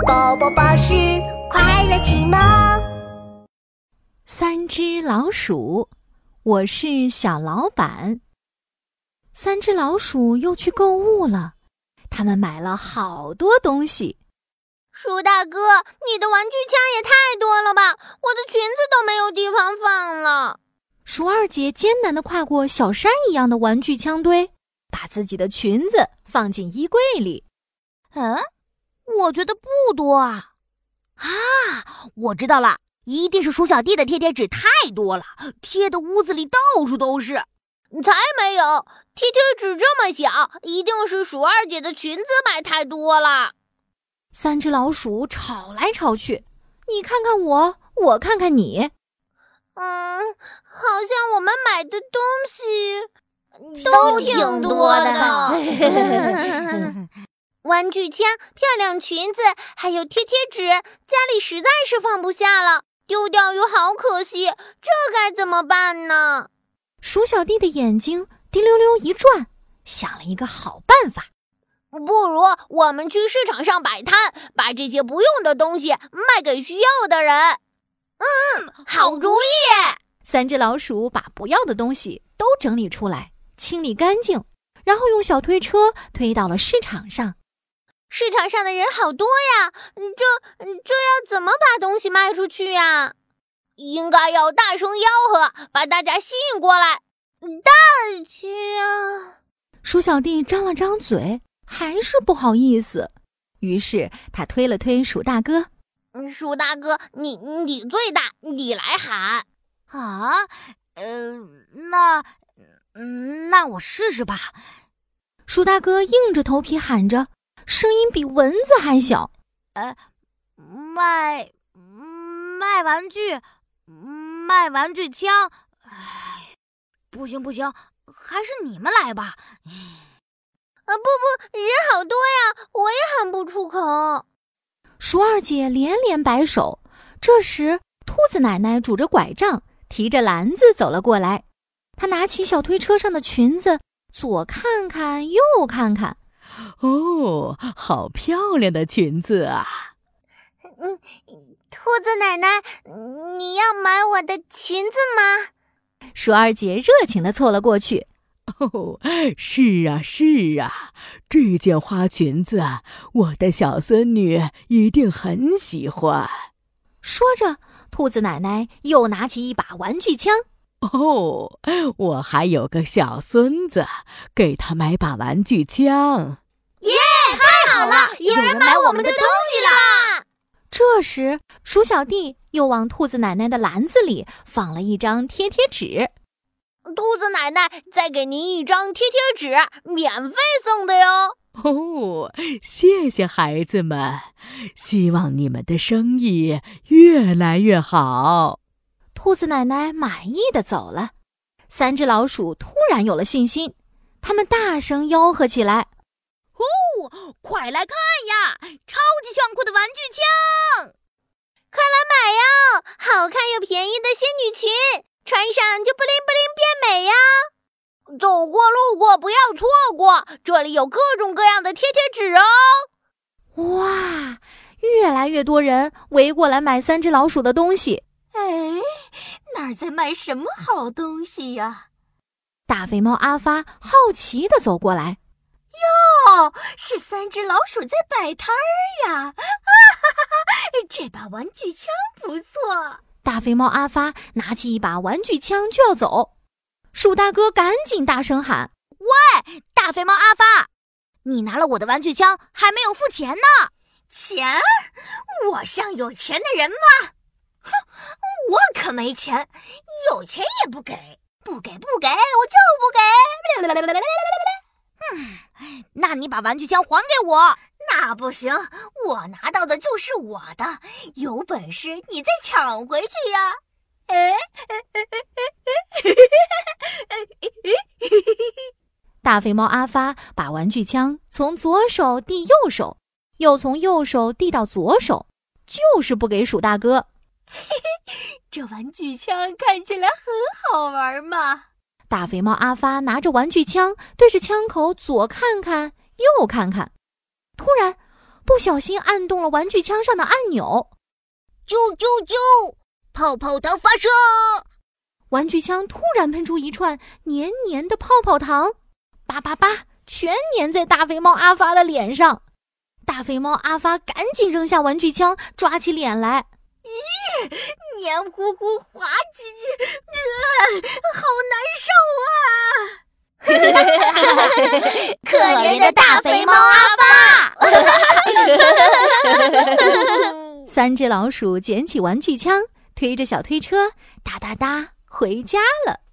宝宝巴士快乐启蒙。 三只老鼠，我是小老板。三只老鼠又去购物了，他们买了好多东西。 鼠大哥，你的玩具枪也太多了吧，我的裙子都没有地方放了。 鼠二姐艰难地跨过小山一样的玩具枪堆，把自己的裙子放进衣柜里。 我觉得不多啊！我知道了，一定是鼠小弟的贴贴纸太多了，贴的屋子里到处都是。 才没有，贴贴纸这么小，一定是鼠二姐的裙子买太多了。 三只老鼠吵来吵去，你看看我，我看看你。 好像我们买的东西都挺多的。 玩具枪、漂亮裙子，还有贴贴纸，家里实在是放不下了，丢掉又好可惜，这该怎么办呢？ 鼠小弟的眼睛滴溜溜一转，想了一个好办法。 不如我们去市场上摆摊，把这些不用的东西卖给需要的人。好主意！ 三只老鼠把不要的东西都整理出来，清理干净，然后用小推车推到了市场上。 市场上的人好多呀，这要怎么把东西卖出去呀？应该要大声吆喝，把大家吸引过来。大家， 鼠小弟张了张嘴，还是不好意思。于是他推了推鼠大哥。 鼠大哥，你最大，你来喊。 那我试试吧。 鼠大哥硬着头皮喊着，声音比蚊子还小。 卖玩具，卖玩具枪。不行，还是你们来吧。 不，人好多呀，我也喊不出口。 鼠二姐连连摆手。这时，兔子奶奶拄着拐杖，提着篮子走了过来。她拿起小推车上的裙子，左看看，右看看。 哦，好漂亮的裙子啊！ 兔子奶奶，你要买我的裙子吗？ 鼠二姐热情地凑了过去。 哦，是啊，这件花裙子我的小孙女一定很喜欢。 说着，兔子奶奶又拿起一把玩具枪。 哦，我还有个小孙子，给他买把玩具枪。 耶，太好了，有人买我们的东西啦！ 这时，鼠小弟又往兔子奶奶的篮子里放了一张贴贴纸。 兔子奶奶，再给您一张贴贴纸，免费送的哟。 哦，谢谢孩子们，希望你们的生意越来越好。 兔子奶奶满意的走了。三只老鼠突然有了信心，他们大声吆喝起来： 快来看呀，超级炫酷的玩具枪！ 快来买呀，好看又便宜的仙女裙，穿上就布灵布灵变美呀！走过路过不要错过，这里有各种各样的贴贴纸哦！ 哇，越来越多人围过来买三只老鼠的东西。 哪儿在卖什么好东西呀？ 大肥猫阿发好奇地走过来。 是三只老鼠在摆摊儿呀！这把玩具枪不错。 大肥猫阿发拿起一把玩具枪就要走，鼠大哥赶紧大声喊： 喂，大肥猫阿发，你拿了我的玩具枪还没有付钱呢！ 钱？我像有钱的人吗？哼，我可没钱，有钱也不给，不给，我就不给。 那你把玩具枪还给我。 那不行，我拿到的就是我的，有本事你再抢回去呀！ 大肥猫阿发把玩具枪从左手递右手，又从右手递到左手，就是不给鼠大哥。 这玩具枪看起来很好玩嘛。 大肥猫阿发拿着玩具枪，对着枪口左看看右看看。突然， 不小心按动了玩具枪上的按钮。 啾啾啾！泡泡糖发射！ 玩具枪突然喷出一串黏黏的泡泡糖，叭叭叭，全粘在大肥猫阿发的脸上。大肥猫阿发赶紧扔下玩具枪，抓起脸来。 咦，黏糊糊，滑唧唧，好难受啊！ 可怜的大肥猫阿发。 3只老鼠捡起玩具枪，推着小推车，哒哒哒回家了。